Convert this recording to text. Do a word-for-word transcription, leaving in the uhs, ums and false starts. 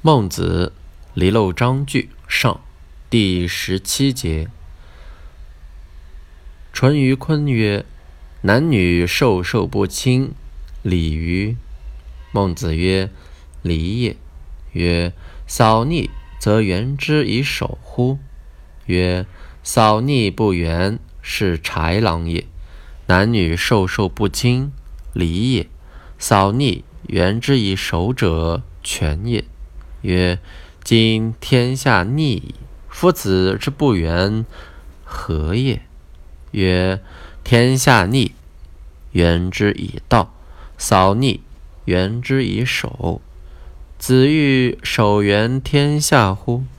孟子离娄章句上第十七节。淳于髡曰：男女授受不亲，礼于？孟子曰：礼也。曰：扫逆则原之以守乎？曰：扫逆不原，是豺狼也。男女授受不亲，礼也。扫逆原之以守者，权也。曰：今天下逆矣，夫子之不原，何也？曰：天下逆，原之以道；扫逆，原之以守。子欲守原天下乎？